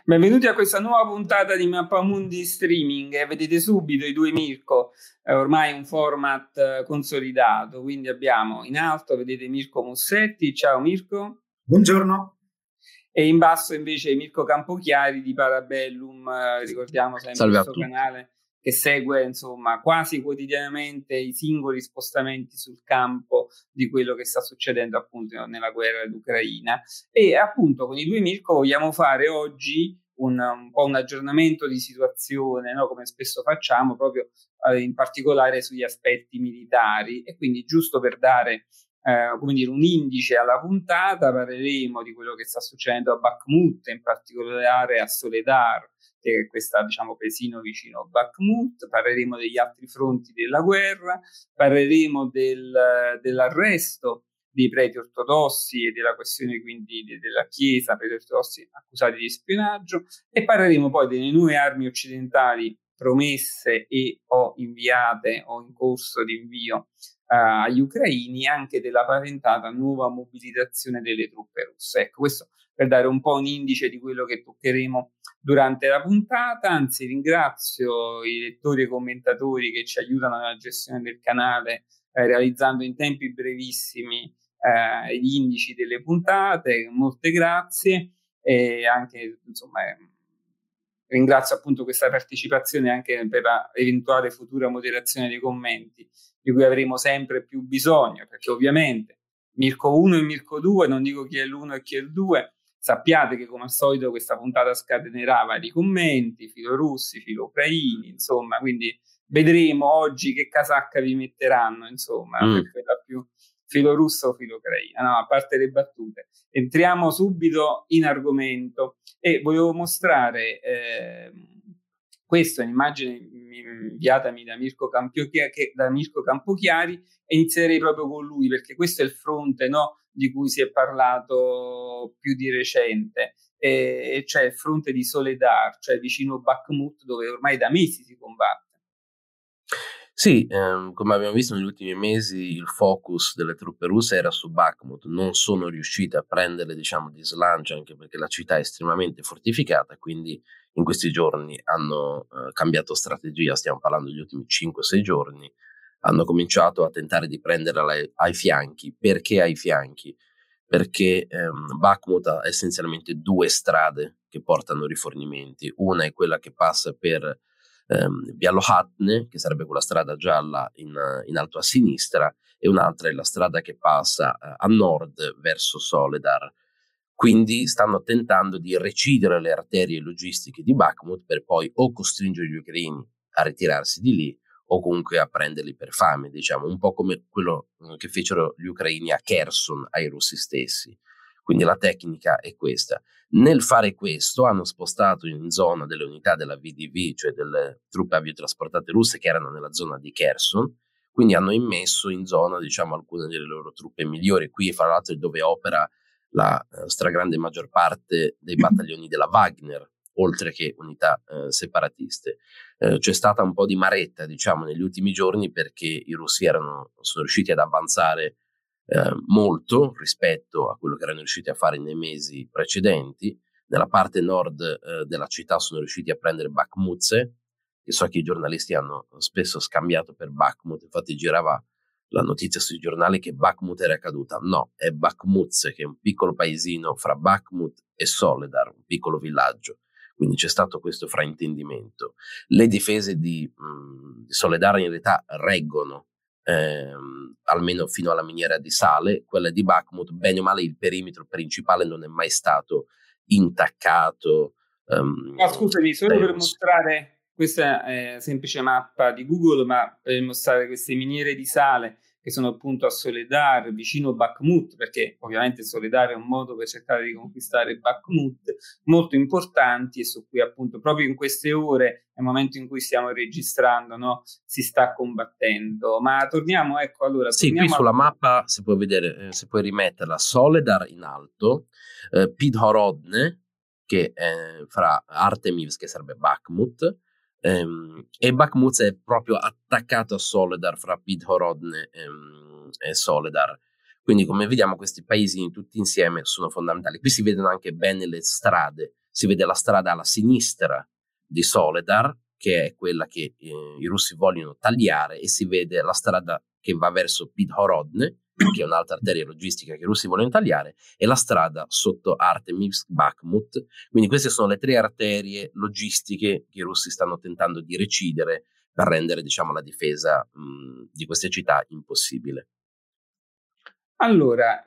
Benvenuti a questa nuova puntata di Mappamundi Streaming. Vedete subito i due Mirko, ormai un format consolidato. Quindi abbiamo in alto, vedete Mirko Mussetti. Ciao Mirko. Buongiorno. E in basso invece Mirko Campochiari di Parabellum, ricordiamo sempre il suo canale che segue insomma quasi quotidianamente i singoli spostamenti sul campo di quello che sta succedendo appunto nella guerra d'Ucraina. E appunto con i due Mirko vogliamo fare oggi un po' un aggiornamento di situazione, no? Come spesso facciamo, proprio in particolare sugli aspetti militari. E quindi giusto per dare come dire, un indice alla puntata, parleremo di quello che sta succedendo a Bakhmut, in particolare a Soledar, che è questa, diciamo, paesino vicino a Bakhmut. Parleremo degli altri fronti della guerra, parleremo dell'arresto dei preti ortodossi e della questione quindi della Chiesa, preti ortodossi accusati di spionaggio, e parleremo poi delle nuove armi occidentali promesse e o inviate o in corso di invio agli ucraini, anche della paventata nuova mobilitazione delle truppe russe. Ecco, questo per dare un po' un indice di quello che toccheremo durante la puntata. Anzi, ringrazio i lettori e commentatori che ci aiutano nella gestione del canale, realizzando in tempi brevissimi gli indici delle puntate. Molte grazie, e anche insomma ringrazio appunto questa partecipazione anche per la eventuale futura moderazione dei commenti, di cui avremo sempre più bisogno, perché ovviamente Mirko 1 e Mirko 2, non dico chi è l'1 e chi è il 2, sappiate che come al solito questa puntata scatenerà vari commenti, filo russi, filo ucraini, insomma, quindi vedremo oggi che casacca vi metteranno, insomma, per quella più filo russo o filo ucraina. No, a parte le battute, entriamo subito in argomento e volevo mostrare questa è un'immagine inviatami da Mirko Campochiari, e inizierei proprio con lui, perché questo è il fronte, no, di cui si è parlato più di recente, e cioè il fronte di Soledar, cioè vicino Bakhmut, dove ormai da mesi si combatte. Sì, come abbiamo visto negli ultimi mesi il focus delle truppe russe era su Bakhmut. Non sono riuscite a prendere, diciamo, di slancio, anche perché la città è estremamente fortificata, quindi in questi giorni hanno cambiato strategia. Stiamo parlando degli ultimi 5-6 giorni. Hanno cominciato a tentare di prenderla ai fianchi. Perché ai fianchi? Perché Bakhmut ha essenzialmente due strade che portano rifornimenti. Una è quella che passa per Bialohatne, che sarebbe quella strada gialla in alto a sinistra, e un'altra è la strada che passa a nord verso Soledar. Quindi stanno tentando di recidere le arterie logistiche di Bakhmut per poi o costringere gli ucraini a ritirarsi di lì o comunque a prenderli per fame, diciamo, un po' come quello che fecero gli ucraini a Kherson ai russi stessi. Quindi la tecnica è questa. Nel fare questo hanno spostato in zona delle unità della VDV, cioè delle truppe aviotrasportate russe che erano nella zona di Kherson, quindi hanno immesso in zona, diciamo, alcune delle loro truppe migliori. Qui, fra l'altro, è dove opera la stragrande maggior parte dei battaglioni della Wagner, oltre che unità separatiste. C'è stata un po' di maretta, diciamo, negli ultimi giorni, perché i russi sono riusciti ad avanzare molto rispetto a quello che erano riusciti a fare nei mesi precedenti. Nella parte nord della città sono riusciti a prendere Bakhmutze, che so che i giornalisti hanno spesso scambiato per Bakhmut. Infatti girava la notizia sui giornali che Bakhmut era caduta. No, è Bakhmutze, che è un piccolo paesino fra Bakhmut e Soledar, un piccolo villaggio. Quindi c'è stato questo fraintendimento. Le difese di Soledar in realtà reggono, almeno fino alla miniera di sale. Quella di Bakhmut, bene o male, il perimetro principale non è mai stato intaccato. Scusami, solo per mostrare questa semplice mappa di Google, ma per mostrare queste miniere di sale che sono appunto a Soledar, vicino Bakhmut, perché ovviamente Soledar è un modo per cercare di conquistare Bakhmut, molto importanti, e su cui appunto proprio in queste ore, nel momento in cui stiamo registrando, no, si sta combattendo. Ma torniamo, ecco, allora. Sì, qui sulla mappa si può vedere, si può rimetterla Soledar in alto, Pidhorodne, che è fra Artemis, che sarebbe Bakhmut, e Bakhmut è proprio attaccato a Soledar, fra Pidhorodne e Soledar. Quindi, come vediamo, questi paesi tutti insieme sono fondamentali. Qui si vedono anche bene le strade si vede la strada alla sinistra di Soledar, che è quella che i russi vogliono tagliare, e si vede la strada che va verso Pidhorodne, che è un'altra arteria logistica che i russi vogliono tagliare, e la strada sotto Artemivsk-Bakhmut. Quindi queste sono le 3 arterie logistiche che i russi stanno tentando di recidere per rendere, diciamo, la difesa di queste città impossibile. Allora,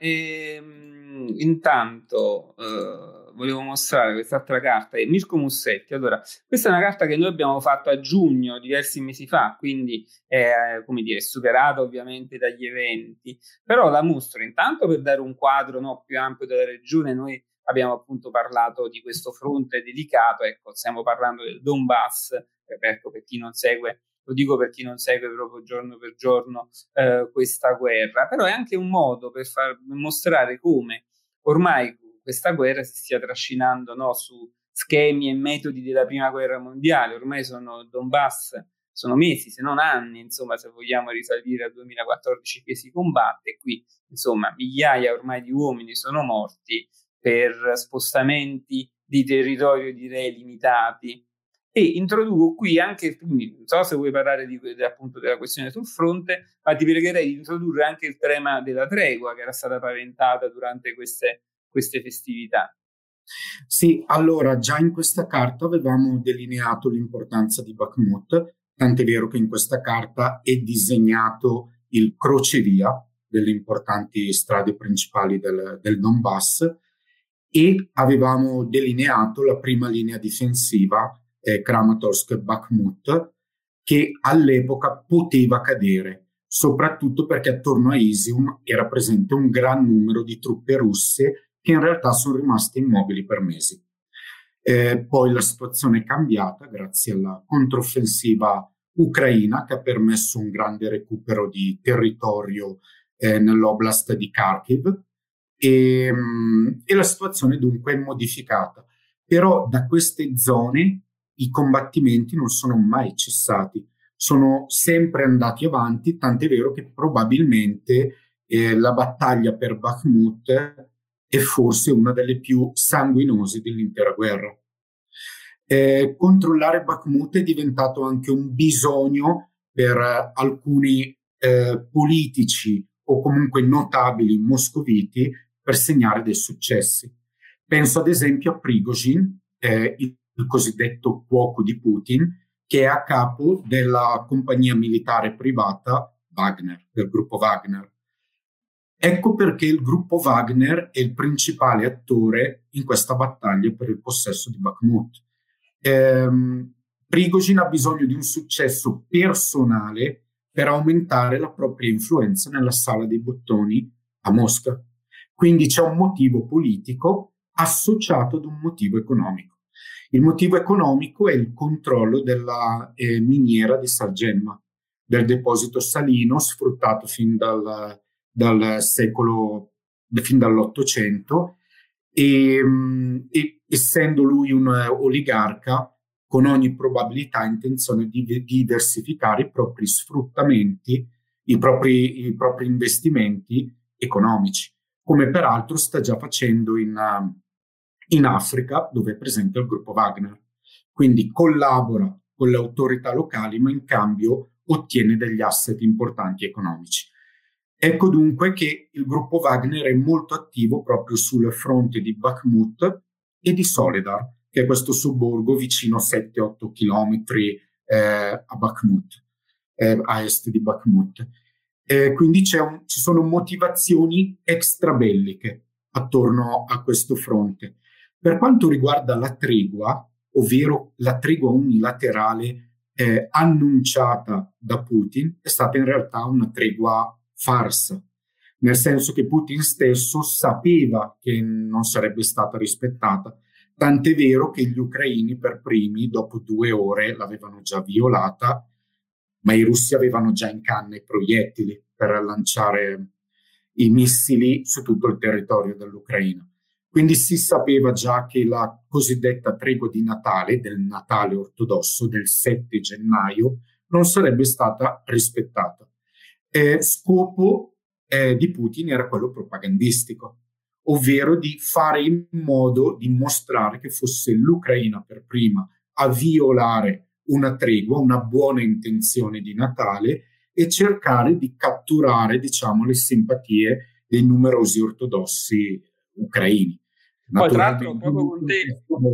intanto volevo mostrare quest'altra carta, Mirko Mussetti. Allora, questa è una carta che noi abbiamo fatto a giugno, diversi mesi fa, quindi è, come dire, superata ovviamente dagli eventi, però la mostro intanto per dare un quadro, no, più ampio della regione. Noi abbiamo appunto parlato di questo fronte delicato, ecco, stiamo parlando del Donbass, ecco, per chi non segue. Lo dico per chi non segue proprio giorno per giorno questa guerra, però è anche un modo per far mostrare come ormai questa guerra si stia trascinando, no, su schemi e metodi della prima guerra mondiale. Ormai Donbass sono mesi, se non anni, insomma, se vogliamo risalire al 2014 che si combatte, e qui insomma migliaia ormai di uomini sono morti per spostamenti di territorio, direi, limitati. E introduco qui anche, quindi non so se vuoi parlare appunto della questione sul fronte, ma ti pregherei di introdurre anche il tema della tregua che era stata paventata durante queste festività. Sì, allora già in questa carta avevamo delineato l'importanza di Bakhmut, tant'è vero che in questa carta è disegnato il crocevia delle importanti strade principali del Donbass, e avevamo delineato la prima linea difensiva, Kramatorsk-Bakhmut, che all'epoca poteva cadere, soprattutto perché attorno a Isium era presente un gran numero di truppe russe che in realtà sono rimaste immobili per mesi. Poi la situazione è cambiata grazie alla controffensiva ucraina, che ha permesso un grande recupero di territorio nell'oblast di Kharkiv, e la situazione dunque è modificata. Però da queste zone i combattimenti non sono mai cessati, sono sempre andati avanti, tant'è vero che probabilmente la battaglia per Bakhmut è forse una delle più sanguinose dell'intera guerra. Controllare Bakhmut è diventato anche un bisogno per alcuni politici o comunque notabili moscoviti per segnare dei successi. Penso ad esempio a Prigozhin, il cosiddetto cuoco di Putin, che è a capo della compagnia militare privata Wagner, del gruppo Wagner. Ecco perché il gruppo Wagner è il principale attore in questa battaglia per il possesso di Bakhmut. Prigozhin ha bisogno di un successo personale per aumentare la propria influenza nella sala dei bottoni a Mosca. Quindi c'è un motivo politico associato ad un motivo economico. Il motivo economico è il controllo della miniera di Salgemma, del deposito salino sfruttato fin dall'Ottocento, e essendo lui un oligarca, con ogni probabilità ha intenzione di diversificare i propri sfruttamenti, i propri investimenti economici, come peraltro sta già facendo in Africa, dove è presente il gruppo Wagner. Quindi collabora con le autorità locali, ma in cambio ottiene degli asset importanti economici. Ecco dunque che il gruppo Wagner è molto attivo proprio sul fronte di Bakhmut e di Soledar, che è questo sobborgo vicino 7-8 chilometri a Bakhmut, a est di Bakhmut. Quindi ci sono motivazioni extrabelliche attorno a questo fronte. Per quanto riguarda la tregua, ovvero la tregua unilaterale annunciata da Putin, è stata in realtà una tregua farsa, nel senso che Putin stesso sapeva che non sarebbe stata rispettata, tant'è vero che gli ucraini per primi, dopo 2 ore, l'avevano già violata, ma i russi avevano già in canna i proiettili per lanciare i missili su tutto il territorio dell'Ucraina. Quindi si sapeva già che la cosiddetta tregua di Natale, del Natale ortodosso, del 7 gennaio, non sarebbe stata rispettata. Scopo di Putin era quello propagandistico, ovvero di fare in modo di mostrare che fosse l'Ucraina per prima a violare una tregua, una buona intenzione di Natale, e cercare di catturare, diciamo, le simpatie dei numerosi ortodossi ucraini. Poi tra l'altro proprio con te,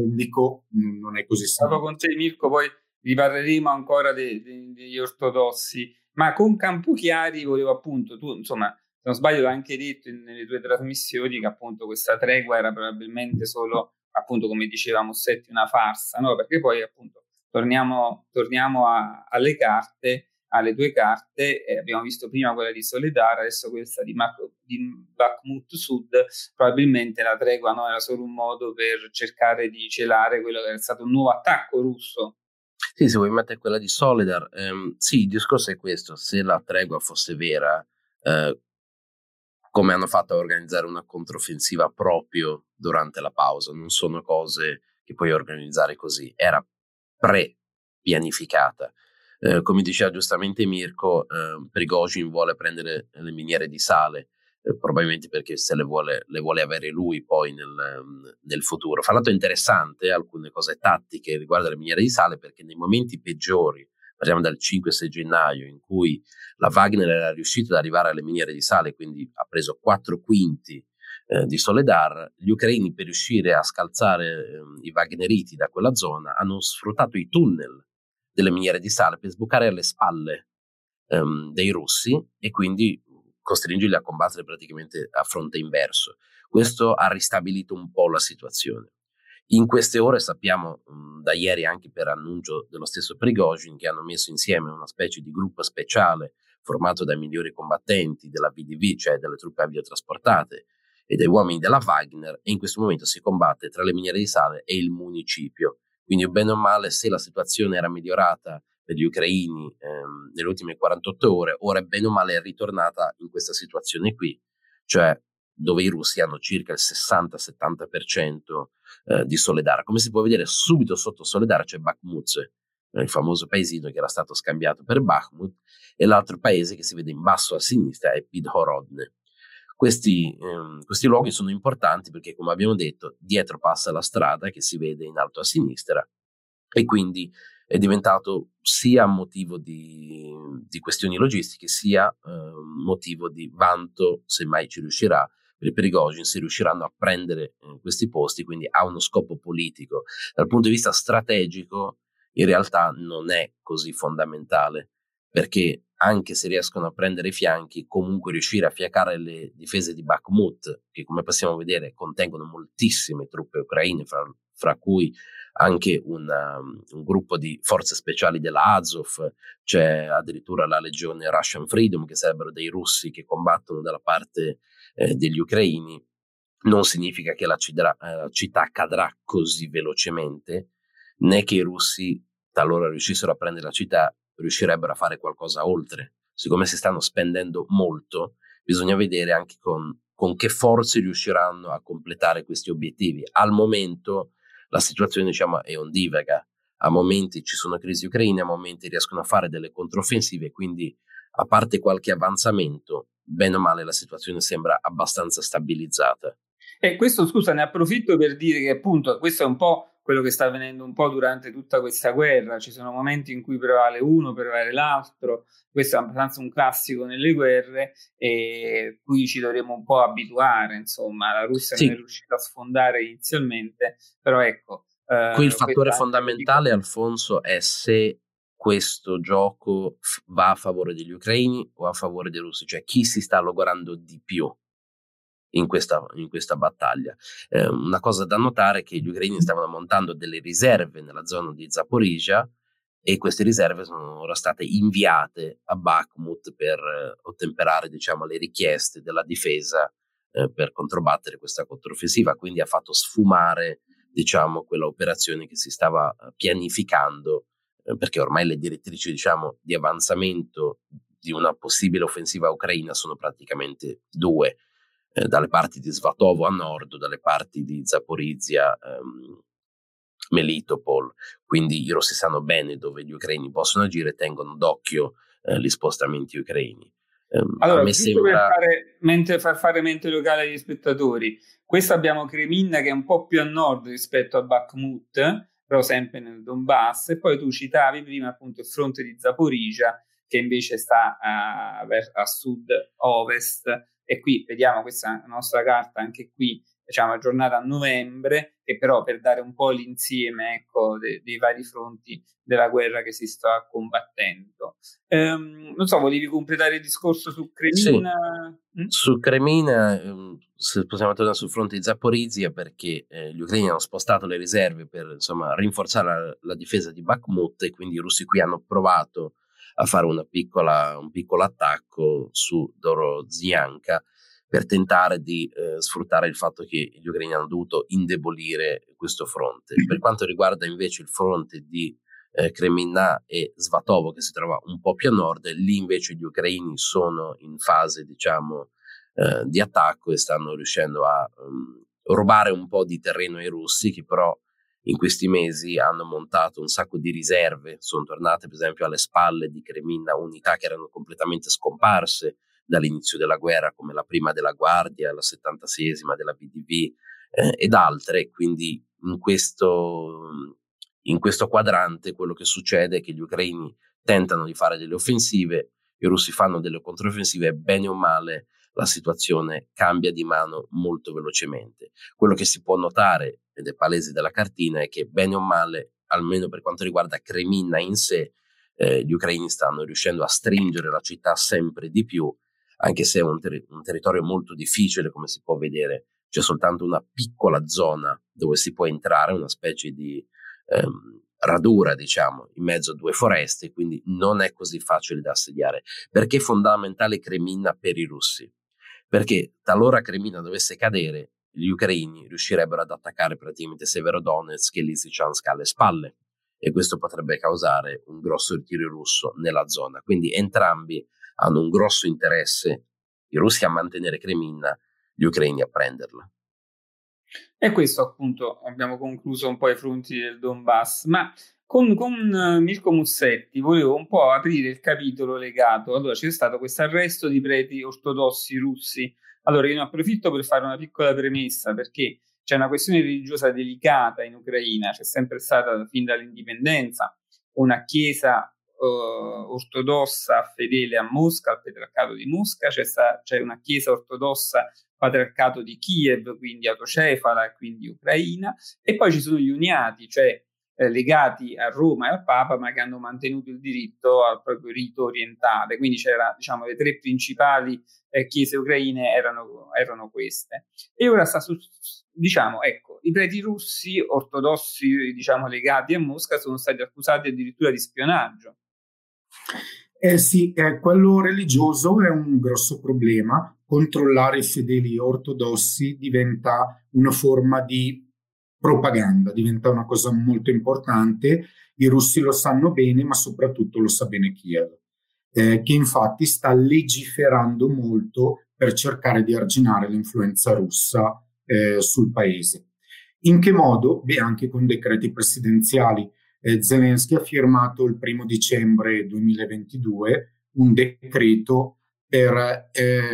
non è così semplice. Proprio con te, Mirko, poi riparleremo ancora degli ortodossi, ma con Campochiari volevo appunto, tu insomma, se non sbaglio l'hai anche detto nelle tue trasmissioni, che appunto questa tregua era probabilmente solo, appunto come diceva Mossetti, una farsa, no? Perché poi appunto torniamo alle carte, alle tue carte, abbiamo visto prima quella di Soledar, adesso questa di Bakhmut Sud. Probabilmente la tregua, no, era solo un modo per cercare di celare quello che era stato un nuovo attacco russo. Sì, se vuoi mettere quella di Soledar, sì, il discorso è questo: se la tregua fosse vera, come hanno fatto a organizzare una controffensiva proprio durante la pausa? Non sono cose che puoi organizzare così, era pre-pianificata. Come diceva giustamente Mirko, Prigozhin vuole prendere le miniere di sale, probabilmente perché se le vuole avere lui poi nel futuro. Fra l'altro è interessante alcune cose tattiche riguardo alle miniere di sale, perché nei momenti peggiori, parliamo dal 5-6 gennaio, in cui la Wagner era riuscita ad arrivare alle miniere di sale, quindi ha preso 4/5 di Soledar, gli ucraini, per riuscire a scalzare i wagneriti da quella zona, hanno sfruttato i tunnel delle miniere di sale per sbucare alle spalle dei russi e quindi costringerli a combattere praticamente a fronte inverso. Questo ha ristabilito un po' la situazione. In queste ore sappiamo da ieri, anche per annuncio dello stesso Prigozhin, che hanno messo insieme una specie di gruppo speciale formato dai migliori combattenti della VDV, cioè delle truppe aviotrasportate, e dai uomini della Wagner, e in questo momento si combatte tra le miniere di sale e il municipio. Quindi bene o male, se la situazione era migliorata per gli ucraini nelle ultime 48 ore, ora è bene o male ritornata in questa situazione qui, cioè dove i russi hanno circa il 60-70% di Soledar. Come si può vedere, subito sotto Soledar c'è Bakhmut, il famoso paesino che era stato scambiato per Bakhmut, e l'altro paese che si vede in basso a sinistra è Pidhorodne. Questi luoghi sono importanti perché, come abbiamo detto, dietro passa la strada che si vede in alto a sinistra, e quindi è diventato sia motivo di questioni logistiche, sia motivo di vanto, se mai ci riuscirà, per Prigozhin, se riusciranno a prendere questi posti, quindi ha uno scopo politico. Dal punto di vista strategico, in realtà non è così fondamentale, perché anche se riescono a prendere i fianchi, comunque riuscire a fiaccare le difese di Bakhmut, che come possiamo vedere contengono moltissime truppe ucraine, fra cui anche un gruppo di forze speciali della Azov, c'è addirittura la legione Russian Freedom, che sarebbero dei russi che combattono dalla parte degli ucraini. Non significa che la città cadrà così velocemente, né che i russi, talora riuscissero a prendere la città, riuscirebbero a fare qualcosa oltre. Siccome si stanno spendendo molto, bisogna vedere anche con che forze riusciranno a completare questi obiettivi. Al momento la situazione, diciamo, è ondivaga. A momenti ci sono crisi ucraine, a momenti riescono a fare delle controffensive, quindi a parte qualche avanzamento, bene o male la situazione sembra abbastanza stabilizzata. E questo, scusa, ne approfitto per dire che appunto questo è un po' quello che sta avvenendo un po' durante tutta questa guerra. Ci sono momenti in cui prevale uno, prevale l'altro. Questo è abbastanza un classico nelle guerre, e cui ci dovremo un po' abituare. Insomma, la Russia non è riuscita a sfondare inizialmente, però ecco. Qui il fattore fondamentale, Alfonso, è se questo gioco va a favore degli ucraini o a favore dei russi, cioè chi si sta logorando di più in questa battaglia. Una cosa da notare è che gli ucraini stavano montando delle riserve nella zona di Zaporizhzhia, e queste riserve sono ora state inviate a Bakhmut per ottemperare, diciamo, le richieste della difesa per controbattere questa controffensiva. Quindi ha fatto sfumare, diciamo, quella operazione che si stava pianificando, perché ormai le direttrici, diciamo, di avanzamento di una possibile offensiva ucraina sono praticamente due: dalle parti di Svatovo a nord, dalle parti di Zaporizhzhia, Melitopol. Quindi i russi sanno bene dove gli ucraini possono agire, tengono d'occhio gli spostamenti ucraini. Allora, giusto per fare mente locale agli spettatori, questo abbiamo Kreminna che è un po' più a nord rispetto a Bakhmut, però sempre nel Donbass, e poi tu citavi prima appunto il fronte di Zaporizhzhia che invece sta a sud-ovest, e qui vediamo questa nostra carta, anche qui diciamo aggiornata a novembre, che però per dare un po' l'insieme, ecco, dei vari fronti della guerra che si sta combattendo. Non so, volevi completare il discorso su Kreminna? Sì. Su Kreminna, se possiamo tornare sul fronte di Zaporizhzhia, perché gli ucraini hanno spostato le riserve per insomma rinforzare la difesa di Bakhmut, e quindi i russi qui hanno provato a fare un piccolo attacco su Dorozianka per tentare di sfruttare il fatto che gli ucraini hanno dovuto indebolire questo fronte. Per quanto riguarda invece il fronte di Kreminna e Svatovo, che si trova un po' più a nord, lì invece gli ucraini sono in fase, diciamo, di attacco e stanno riuscendo a rubare un po' di terreno ai russi, che però in questi mesi hanno montato un sacco di riserve. Sono tornate per esempio alle spalle di Kreminna unità che erano completamente scomparse dall'inizio della guerra, come la prima della Guardia, la 76esima della BDV ed altre. Quindi in questo quadrante quello che succede è che gli ucraini tentano di fare delle offensive, i russi fanno delle controffensive, e bene o male la situazione cambia di mano molto velocemente. Quello che si può notare, ed è palese dalla cartina, è che bene o male, almeno per quanto riguarda Kreminna in sé, gli ucraini stanno riuscendo a stringere la città sempre di più, anche se è un territorio molto difficile, come si può vedere. C'è soltanto una piccola zona dove si può entrare, una specie di radura, diciamo, in mezzo a due foreste, quindi non è così facile da assediare. Perché è fondamentale Kreminna per i russi? Perché talora Kreminna dovesse cadere, gli ucraini riuscirebbero ad attaccare praticamente Severodonetsk e Lysychansk alle spalle, e questo potrebbe causare un grosso ritiro russo nella zona. Quindi entrambi hanno un grosso interesse, i russi a mantenere Kreminna, gli ucraini a prenderla. E questo appunto abbiamo concluso un po' i fronti del Donbass, ma con Mirko Mussetti volevo un po' aprire il capitolo legato. Allora, c'è stato questo arresto di preti ortodossi russi. Allora, io ne approfitto per fare una piccola premessa, perché c'è una questione religiosa delicata in Ucraina. C'è sempre stata fin dall'indipendenza una chiesa ortodossa fedele a Mosca, al patriarcato di Mosca, c'è una chiesa ortodossa patriarcato di Kiev, quindi autocefala e quindi ucraina, e poi ci sono gli uniati, cioè legati a Roma e al Papa, ma che hanno mantenuto il diritto al proprio rito orientale. Quindi c'era, diciamo, le tre principali chiese ucraine erano queste. E ora diciamo, ecco, i preti russi ortodossi, diciamo, legati a Mosca sono stati accusati addirittura di spionaggio. Sì, quello religioso è un grosso problema. Controllare i fedeli ortodossi diventa una forma di propaganda, diventa una cosa molto importante. I russi lo sanno bene, ma soprattutto lo sa bene Kiev, che infatti sta legiferando molto per cercare di arginare l'influenza russa sul paese. In che modo? Beh, anche con decreti presidenziali. Zelensky ha firmato il 1 dicembre 2022 un decreto per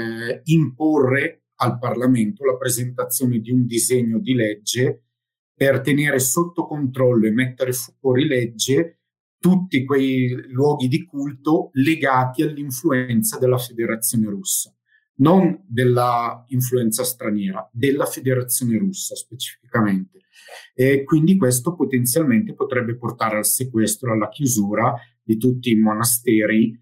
imporre al Parlamento la presentazione di un disegno di legge per tenere sotto controllo e mettere fuori legge tutti quei luoghi di culto legati all'influenza della Federazione Russa, non della influenza straniera, della Federazione Russa specificamente. E quindi questo potenzialmente potrebbe portare al sequestro, alla chiusura di tutti i monasteri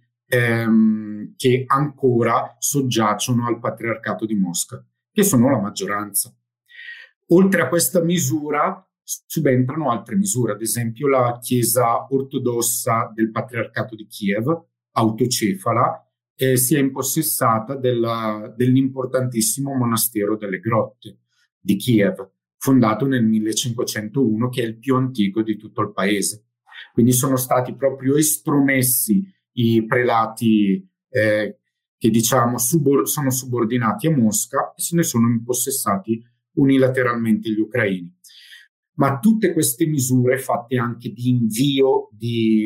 che ancora soggiacciono al patriarcato di Mosca, che sono la maggioranza. Oltre a questa misura subentrano altre misure, ad esempio la Chiesa ortodossa del patriarcato di Kiev, autocefala, si è impossessata dell'importantissimo monastero delle Grotte di Kiev, fondato nel 1501, che è il più antico di tutto il paese. Quindi sono stati proprio estromessi i prelati che diciamo sono subordinati a Mosca, e se ne sono impossessati unilateralmente gli ucraini. Ma tutte queste misure fatte anche di invio di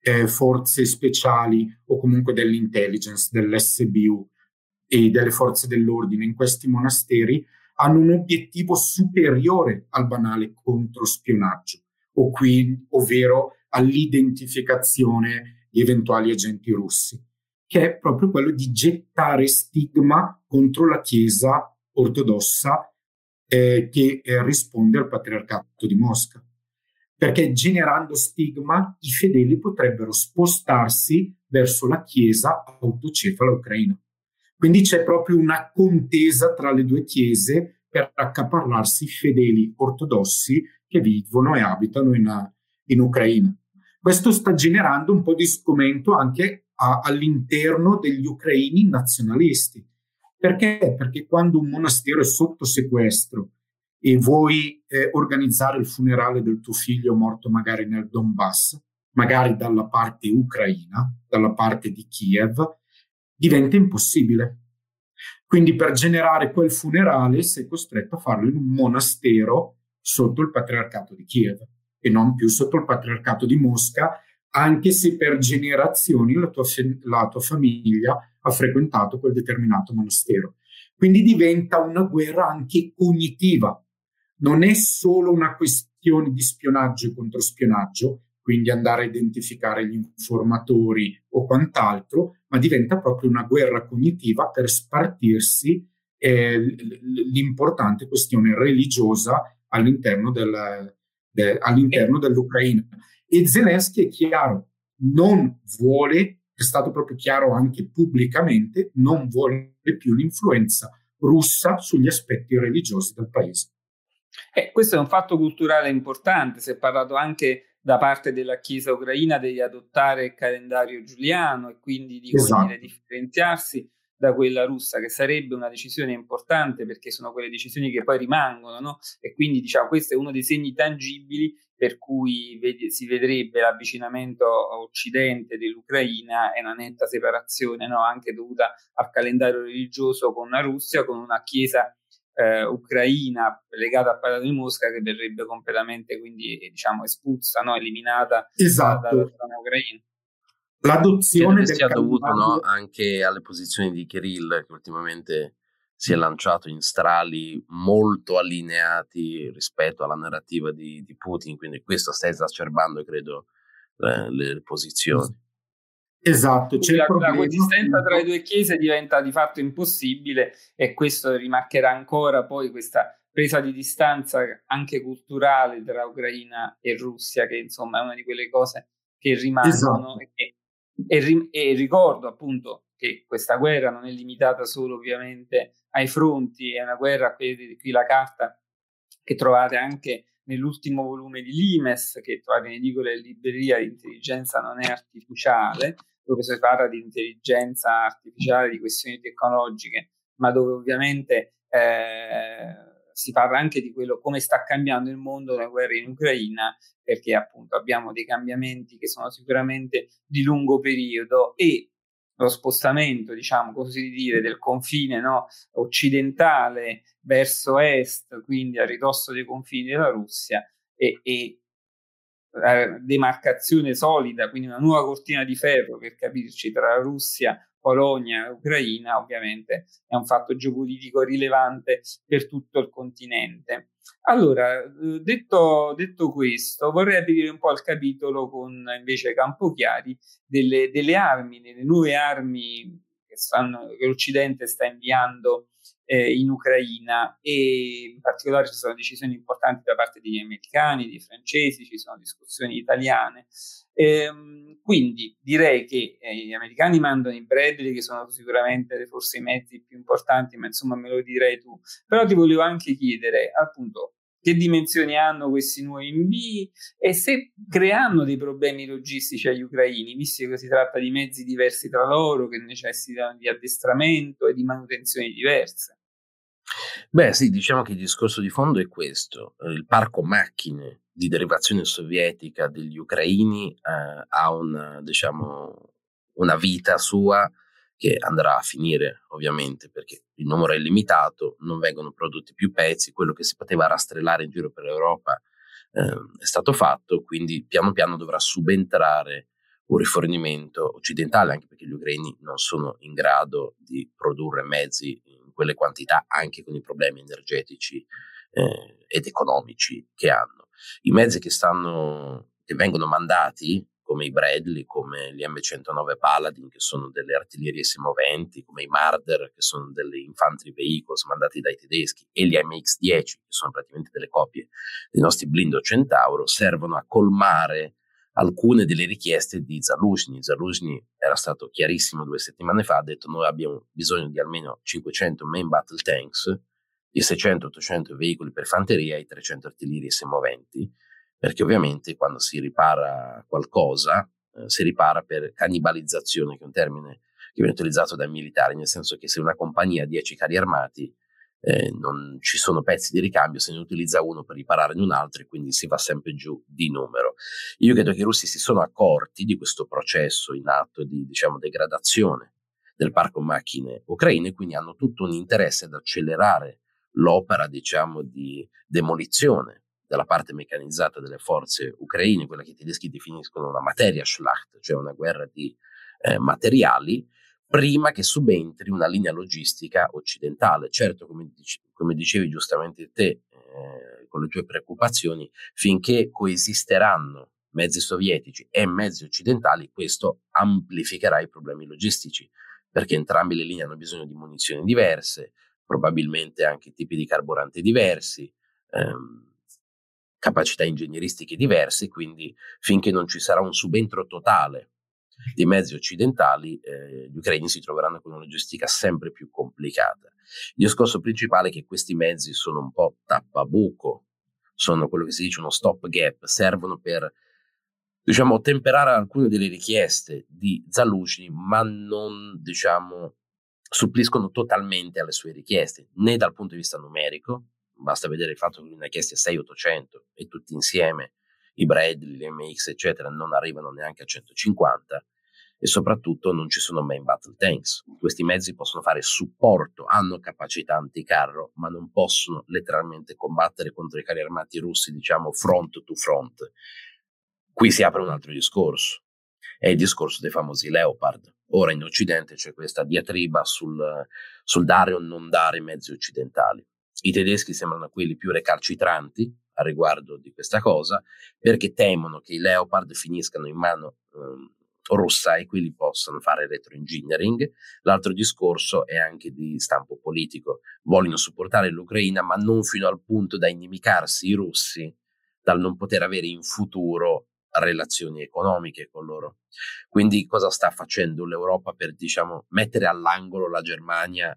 forze speciali o comunque dell'intelligence, dell'SBU e delle forze dell'ordine in questi monasteri hanno un obiettivo superiore al banale controspionaggio, ovvero all'identificazione di eventuali agenti russi, che è proprio quello di gettare stigma contro la Chiesa ortodossa che risponde al patriarcato di Mosca. Perché generando stigma i fedeli potrebbero spostarsi verso la Chiesa autocefala ucraina. Quindi c'è proprio una contesa tra le due chiese per accaparrarsi i fedeli ortodossi che vivono e abitano in Ucraina. Questo sta generando un po' di sgomento anche all'interno degli ucraini nazionalisti. Perché? Perché quando un monastero è sotto sequestro e vuoi organizzare il funerale del tuo figlio morto magari nel Donbass, magari dalla parte ucraina, dalla parte di Kiev, diventa impossibile. Quindi per generare quel funerale sei costretto a farlo in un monastero sotto il patriarcato di Kiev e non più sotto il patriarcato di Mosca, anche se per generazioni la tua famiglia ha frequentato quel determinato monastero. Quindi diventa una guerra anche cognitiva. Non è solo una questione di spionaggio e controspionaggio, quindi andare a identificare gli informatori o quant'altro, ma diventa proprio una guerra cognitiva per spartirsi l'importante questione religiosa all'interno dell'Ucraina. E Zelensky è chiaro, non vuole, è stato proprio chiaro anche pubblicamente, non vuole più l'influenza russa sugli aspetti religiosi del paese. Questo è un fatto culturale importante, si è parlato anche da parte della Chiesa ucraina di adottare il calendario giuliano e quindi di differenziarsi da quella russa, che sarebbe una decisione importante perché sono quelle decisioni che poi rimangono, no? E quindi diciamo questo è uno dei segni tangibili per cui si vedrebbe l'avvicinamento a occidente dell'Ucraina e una netta separazione, no? Anche dovuta al calendario religioso con la Russia, con una Chiesa ucraina legata al Palato di Mosca che verrebbe completamente quindi diciamo espulsa, no? Eliminata dalla zona ucraina. L'adozione del sia dovuto, no, anche alle posizioni di Kirill, che ultimamente si è lanciato in strali molto allineati rispetto alla narrativa di Putin, quindi questo sta esacerbando, credo, le posizioni. Esatto, c'è la coesistenza tra le due chiese diventa di fatto impossibile e questo rimarcherà ancora poi questa presa di distanza anche culturale tra Ucraina e Russia, che insomma è una di quelle cose che rimangono. Esatto. E ricordo appunto che questa guerra non è limitata solo ovviamente ai fronti, è una guerra, qui la carta che trovate anche nell'ultimo volume di Limes, che trovate in edicola e libreria, Intelligenza non è artificiale, dove si parla di intelligenza artificiale, di questioni tecnologiche, ma dove ovviamente si parla anche di quello come sta cambiando il mondo la guerra in Ucraina, perché appunto abbiamo dei cambiamenti che sono sicuramente di lungo periodo e lo spostamento, diciamo così dire, del confine, no, occidentale verso est, quindi a ridosso dei confini della Russia e demarcazione solida, quindi una nuova cortina di ferro, per capirci, tra Russia, Polonia e Ucraina, ovviamente è un fatto geopolitico rilevante per tutto il continente. Allora, detto questo, vorrei aprire un po' il capitolo con invece Campochiari delle armi, delle nuove armi che l'Occidente sta inviando in Ucraina, e in particolare ci sono decisioni importanti da parte degli americani, dei francesi, ci sono discussioni italiane. Quindi direi che gli americani mandano i Bradley, che sono sicuramente forse i mezzi più importanti, ma insomma me lo direi tu. Però ti volevo anche chiedere appunto che dimensioni hanno questi nuovi invii e se creano dei problemi logistici agli ucraini, visto che si tratta di mezzi diversi tra loro che necessitano di addestramento e di manutenzioni diverse. Beh sì, diciamo che il discorso di fondo è questo: il parco macchine di derivazione sovietica degli ucraini ha una vita sua che andrà a finire, ovviamente, perché il numero è limitato, non vengono prodotti più pezzi, quello che si poteva rastrellare in giro per l'Europa è stato fatto, quindi piano piano dovrà subentrare un rifornimento occidentale, anche perché gli ucraini non sono in grado di produrre mezzi in quelle quantità, anche con i problemi energetici ed economici che hanno. I mezzi che vengono mandati, come i Bradley, come gli M109 Paladin, che sono delle artiglierie semoventi, come i Marder, che sono delle infantry vehicles mandati dai tedeschi, e gli MX-10, che sono praticamente delle copie dei nostri Blindo Centauro, servono a colmare alcune delle richieste di Zaluzhny. Zaluzhny era stato chiarissimo 2 settimane fa, ha detto: noi abbiamo bisogno di almeno 500 main battle tanks, di 600-800 veicoli per fanteria e 300 artiglierie semoventi, perché ovviamente quando si ripara qualcosa si ripara per cannibalizzazione, che è un termine che viene utilizzato dai militari, nel senso che se una compagnia ha 10 carri armati non ci sono pezzi di ricambio, se ne utilizza uno per ripararne un altro e quindi si va sempre giù di numero. Io credo che i russi si sono accorti di questo processo in atto di, diciamo, degradazione del parco macchine ucraine, quindi hanno tutto un interesse ad accelerare l'opera, diciamo, di demolizione della parte meccanizzata delle forze ucraine, quella che i tedeschi definiscono una Materiaschlacht, cioè una guerra di materiali, prima che subentri una linea logistica occidentale. Certo, come dicevi giustamente te, con le tue preoccupazioni, finché coesisteranno mezzi sovietici e mezzi occidentali, questo amplificherà i problemi logistici, perché entrambe le linee hanno bisogno di munizioni diverse, probabilmente anche tipi di carburanti diversi, capacità ingegneristiche diverse, quindi finché non ci sarà un subentro totale dei mezzi occidentali, gli ucraini si troveranno con una logistica sempre più complicata. Il discorso principale è che questi mezzi sono un po' tappabuco, sono quello che si dice uno stop gap, servono per, diciamo, temperare alcune delle richieste di Zaluzhny, ma non, diciamo, suppliscono totalmente alle sue richieste, né dal punto di vista numerico. Basta vedere il fatto che lui ne ha chiesti a 600-800 e tutti insieme i Bradley, gli MX eccetera non arrivano neanche a 150, e soprattutto non ci sono main battle tanks. Questi mezzi possono fare supporto, hanno capacità anticarro, ma non possono letteralmente combattere contro i carri armati russi, diciamo front to front. Qui si apre un altro discorso, è il discorso dei famosi Leopard. Ora in Occidente c'è questa diatriba sul dare o non dare mezzi occidentali. I tedeschi sembrano quelli più recalcitranti a riguardo di questa cosa, perché temono che i Leopard finiscano in mano russa e quelli possano fare retroengineering. L'altro discorso è anche di stampo politico. Vogliono supportare l'Ucraina, ma non fino al punto da inimicarsi i russi, dal non poter avere in futuro relazioni economiche con loro. Quindi cosa sta facendo l'Europa per, diciamo, mettere all'angolo la Germania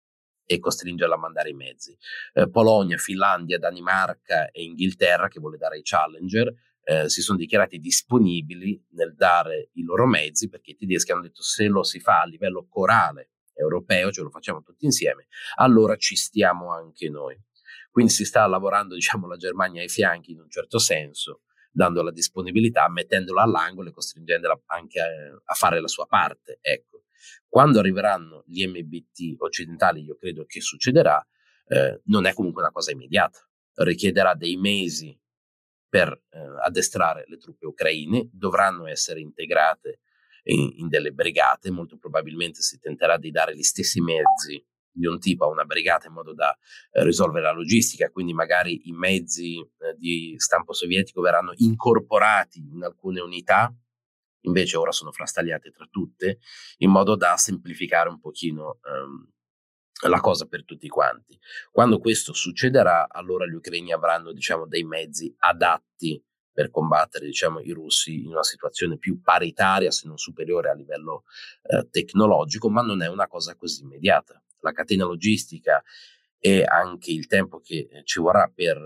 e costringerla a mandare i mezzi? Polonia, Finlandia, Danimarca e Inghilterra, che vuole dare i Challenger, si sono dichiarati disponibili nel dare i loro mezzi, perché i tedeschi hanno detto: se lo si fa a livello corale europeo, cioè lo facciamo tutti insieme, allora ci stiamo anche noi. Quindi si sta lavorando, diciamo, la Germania ai fianchi in un certo senso, dando la disponibilità, mettendola all'angolo e costringendola anche a fare la sua parte. Ecco, quando arriveranno gli MBT occidentali, io credo che succederà, non è comunque una cosa immediata, richiederà dei mesi per addestrare le truppe ucraine, dovranno essere integrate in delle brigate, molto probabilmente si tenterà di dare gli stessi mezzi di un tipo a una brigata in modo da risolvere la logistica, quindi magari i mezzi di stampo sovietico verranno incorporati in alcune unità, invece ora sono frastagliate tra tutte, in modo da semplificare un pochino la cosa per tutti quanti. Quando questo succederà, allora gli ucraini avranno, diciamo, dei mezzi adatti per combattere, diciamo, i russi in una situazione più paritaria, se non superiore a livello tecnologico, ma non è una cosa così immediata. La catena logistica e anche il tempo che ci vorrà per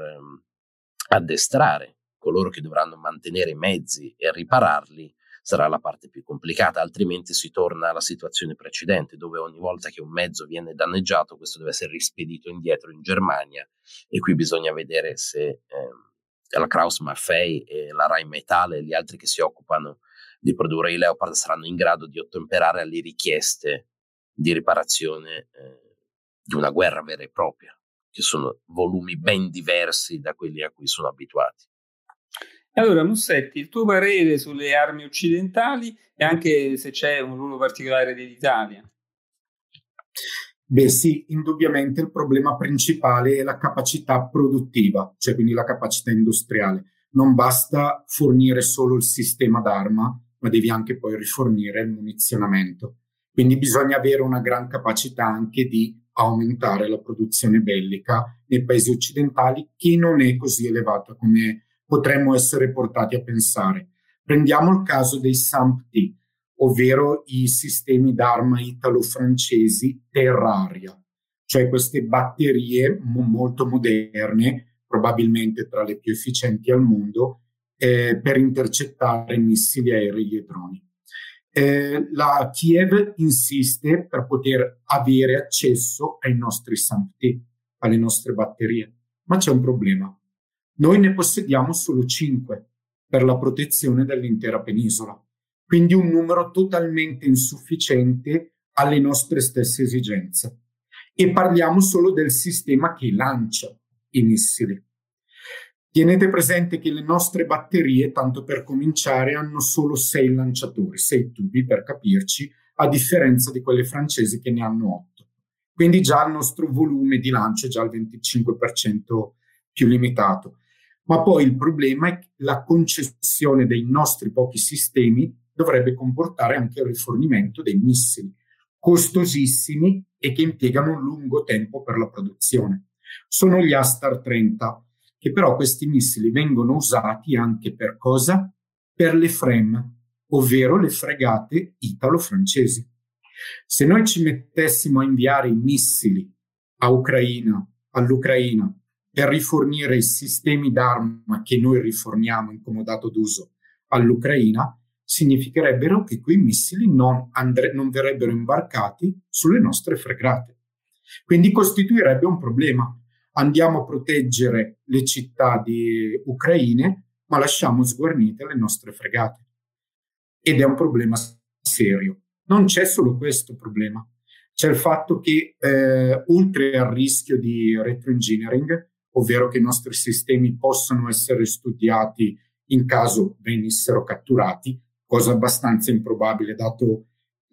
addestrare coloro che dovranno mantenere i mezzi e ripararli sarà la parte più complicata, altrimenti si torna alla situazione precedente, dove ogni volta che un mezzo viene danneggiato questo deve essere rispedito indietro in Germania, e qui bisogna vedere se la Krauss-Maffei e la Rheinmetall e gli altri che si occupano di produrre i Leopard saranno in grado di ottemperare alle richieste di riparazione di una guerra vera e propria, che sono volumi ben diversi da quelli a cui sono abituati. Allora, Mussetti, il tuo parere sulle armi occidentali e anche se c'è un ruolo particolare dell'Italia? Beh sì, indubbiamente il problema principale è la capacità produttiva, cioè quindi la capacità industriale. Non basta fornire solo il sistema d'arma, ma devi anche poi rifornire il munizionamento. Quindi bisogna avere una gran capacità anche di aumentare la produzione bellica nei paesi occidentali, che non è così elevata come potremmo essere portati a pensare. Prendiamo il caso dei SAMP-T, ovvero i sistemi d'arma italo-francesi terra-aria, cioè queste batterie molto moderne, probabilmente tra le più efficienti al mondo, per intercettare missili aerei e droni. La Kiev insiste per poter avere accesso ai nostri SAMP-T, alle nostre batterie, ma c'è un problema. Noi ne possediamo solo 5 per la protezione dell'intera penisola, quindi un numero totalmente insufficiente alle nostre stesse esigenze. E parliamo solo del sistema che lancia i missili. Tenete presente che le nostre batterie, tanto per cominciare, hanno solo 6 lanciatori, 6 tubi per capirci, a differenza di quelle francesi che ne hanno 8. Quindi già il nostro volume di lancio è già il 25% più limitato. Ma poi il problema è che la concessione dei nostri pochi sistemi dovrebbe comportare anche il rifornimento dei missili, costosissimi e che impiegano un lungo tempo per la produzione. Sono gli Astar 30, che però questi missili vengono usati anche per cosa? Per le FREMM, ovvero le fregate italo-francesi. Se noi ci mettessimo a inviare i missili all'Ucraina, per rifornire i sistemi d'arma che noi riforniamo in comodato d'uso all'Ucraina, significherebbero che quei missili non verrebbero imbarcati sulle nostre fregate. Quindi costituirebbe un problema. Andiamo a proteggere le città ucraine, ma lasciamo sguarnite le nostre fregate. Ed è un problema serio. Non c'è solo questo problema. C'è il fatto che, oltre al rischio di retroengineering, ovvero che i nostri sistemi possano essere studiati in caso venissero catturati, cosa abbastanza improbabile dato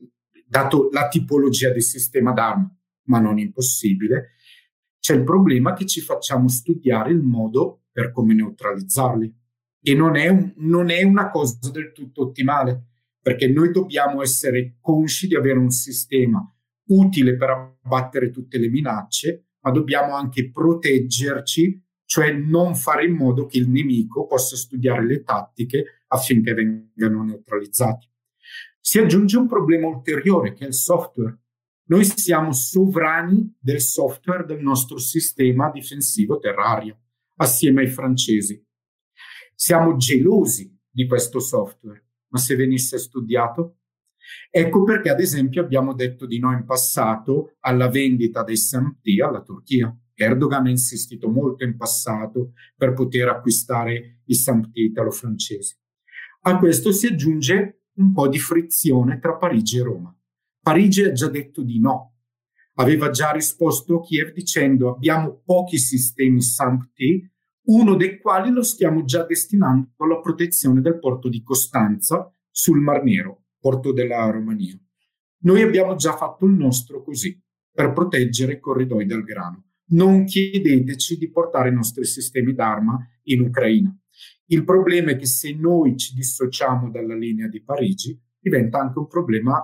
la tipologia di sistema d'arma, ma non impossibile, c'è il problema che ci facciamo studiare il modo per come neutralizzarli. E non è una cosa del tutto ottimale, perché noi dobbiamo essere consci di avere un sistema utile per abbattere tutte le minacce, ma dobbiamo anche proteggerci, cioè non fare in modo che il nemico possa studiare le tattiche affinché vengano neutralizzati. Si aggiunge un problema ulteriore, che è il software. Noi siamo sovrani del software del nostro sistema difensivo terra-aria, assieme ai francesi. Siamo gelosi di questo software, ma se venisse studiato? Ecco perché, ad esempio, abbiamo detto di no in passato alla vendita dei SAMP-T alla Turchia. Erdogan ha insistito molto in passato per poter acquistare i SAMP-T italo-francesi. A questo si aggiunge un po' di frizione tra Parigi e Roma. Parigi ha già detto di no. Aveva già risposto a Kiev dicendo: abbiamo pochi sistemi SAMP-T, uno dei quali lo stiamo già destinando alla protezione del porto di Costanza sul Mar Nero, porto della Romania. Noi abbiamo già fatto il nostro così, per proteggere i corridoi del grano. Non chiedeteci di portare i nostri sistemi d'arma in Ucraina. Il problema è che se noi ci dissociamo dalla linea di Parigi, diventa anche un problema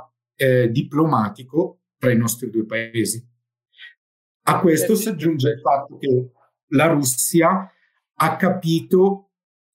diplomatico tra i nostri due paesi. A questo si aggiunge il fatto che la Russia ha capito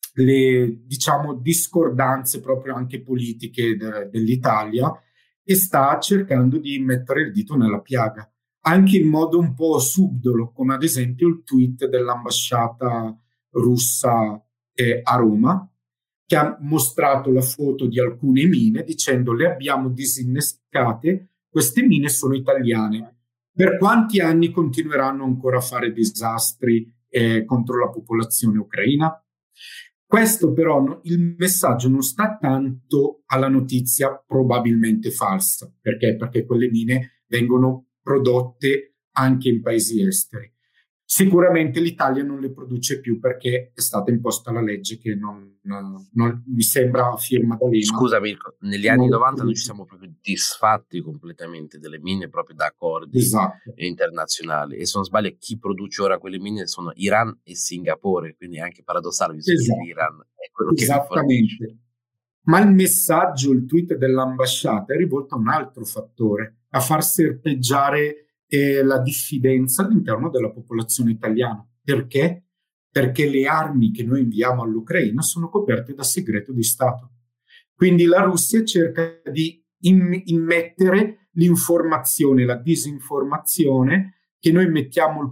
le, diciamo, discordanze proprio anche politiche dell'Italia e sta cercando di mettere il dito nella piaga, anche in modo un po' subdolo, come ad esempio il tweet dell'ambasciata russa a Roma, che ha mostrato la foto di alcune mine dicendo: le abbiamo disinnescate, queste mine sono italiane. Per quanti anni continueranno ancora a fare disastri contro la popolazione ucraina? Questo però, il messaggio non sta tanto alla notizia probabilmente falsa. Perché? Perché quelle mine vengono prodotte anche in paesi esteri. Sicuramente l'Italia non le produce più perché è stata imposta la legge che non mi sembra firma D'Alema. Scusa Mirko, negli anni 90 noi ci siamo proprio disfatti completamente delle mine proprio da accordi internazionali, e se non sbaglio chi produce ora quelle mine sono Iran e Singapore, quindi è anche paradossale, visto che l'Iran è quello che esattamente. Ma il messaggio, il tweet dell'ambasciata è rivolto a un altro fattore, a far serpeggiare la diffidenza all'interno della popolazione italiana. Perché? Perché le armi che noi inviamo all'Ucraina sono coperte da segreto di Stato. Quindi la Russia cerca di immettere l'informazione, la disinformazione, che noi mettiamo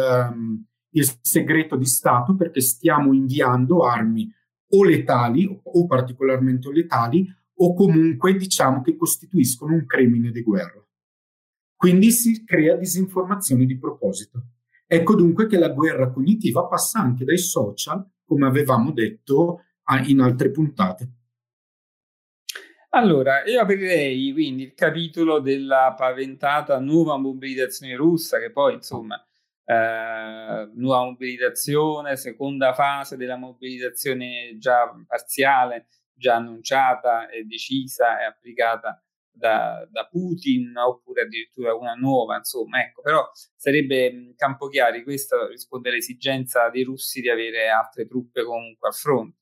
il segreto di Stato perché stiamo inviando armi o letali o particolarmente letali, o comunque diciamo che costituiscono un crimine di guerra. Quindi si crea disinformazione di proposito. Ecco dunque che la guerra cognitiva passa anche dai social, come avevamo detto in altre puntate. Allora, io aprirei quindi il capitolo della paventata nuova mobilitazione russa, che poi insomma nuova mobilitazione, seconda fase della mobilitazione già parziale, già annunciata e decisa e applicata da Putin, oppure addirittura una nuova, insomma, ecco, però sarebbe campo chiari, questo risponde all'esigenza dei russi di avere altre truppe comunque a fronte.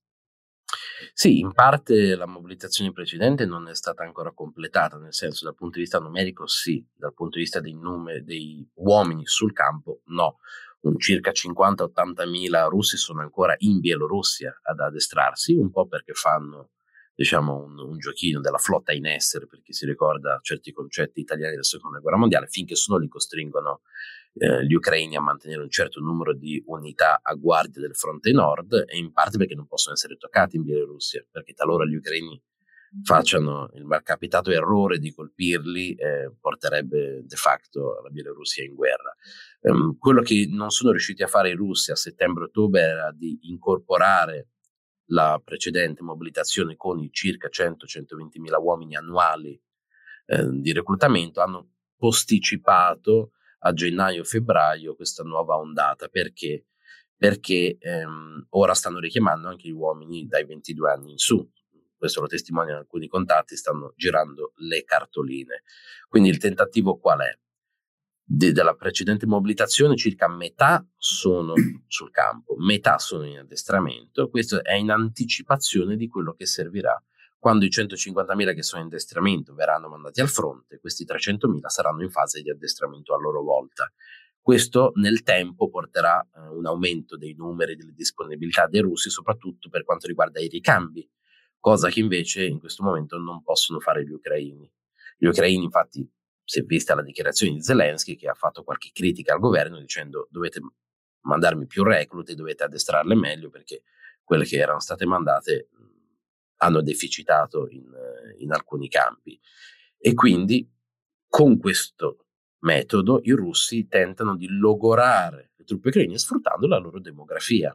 Sì, in parte la mobilitazione precedente non è stata ancora completata, nel senso dal punto di vista numerico sì, dal punto di vista dei uomini sul campo no. Circa 50-80 mila russi sono ancora in Bielorussia ad addestrarsi, un po' perché fanno diciamo un giochino della flotta in essere, per chi si ricorda certi concetti italiani della seconda guerra mondiale, finché sono lì costringono gli ucraini a mantenere un certo numero di unità a guardia del fronte nord, e in parte perché non possono essere toccati in Bielorussia, perché talora gli ucraini facciano il malcapitato errore di colpirli, porterebbe de facto la Bielorussia in guerra. Quello che non sono riusciti a fare i russi a settembre-ottobre era di incorporare la precedente mobilitazione con i circa 100-120 mila uomini annuali di reclutamento. Hanno posticipato a gennaio-febbraio questa nuova ondata. Perché? Perché ora stanno richiamando anche gli uomini dai 22 anni in su. Questo lo testimoniano alcuni contatti, stanno girando le cartoline. Quindi il tentativo qual è? Della precedente mobilitazione circa metà sono sul campo, metà sono in addestramento. Questo è in anticipazione di quello che servirà quando i 150.000 che sono in addestramento verranno mandati al fronte. Questi 300.000 saranno in fase di addestramento a loro volta. Questo nel tempo porterà un aumento dei numeri, delle disponibilità dei russi, soprattutto per quanto riguarda i ricambi, cosa che invece in questo momento non possono fare gli ucraini. Gli ucraini infatti, si è vista la dichiarazione di Zelensky, che ha fatto qualche critica al governo dicendo: dovete mandarmi più reclute, dovete addestrarle meglio, perché quelle che erano state mandate hanno deficitato in alcuni campi. E quindi con questo metodo i russi tentano di logorare le truppe ucraine sfruttando la loro demografia.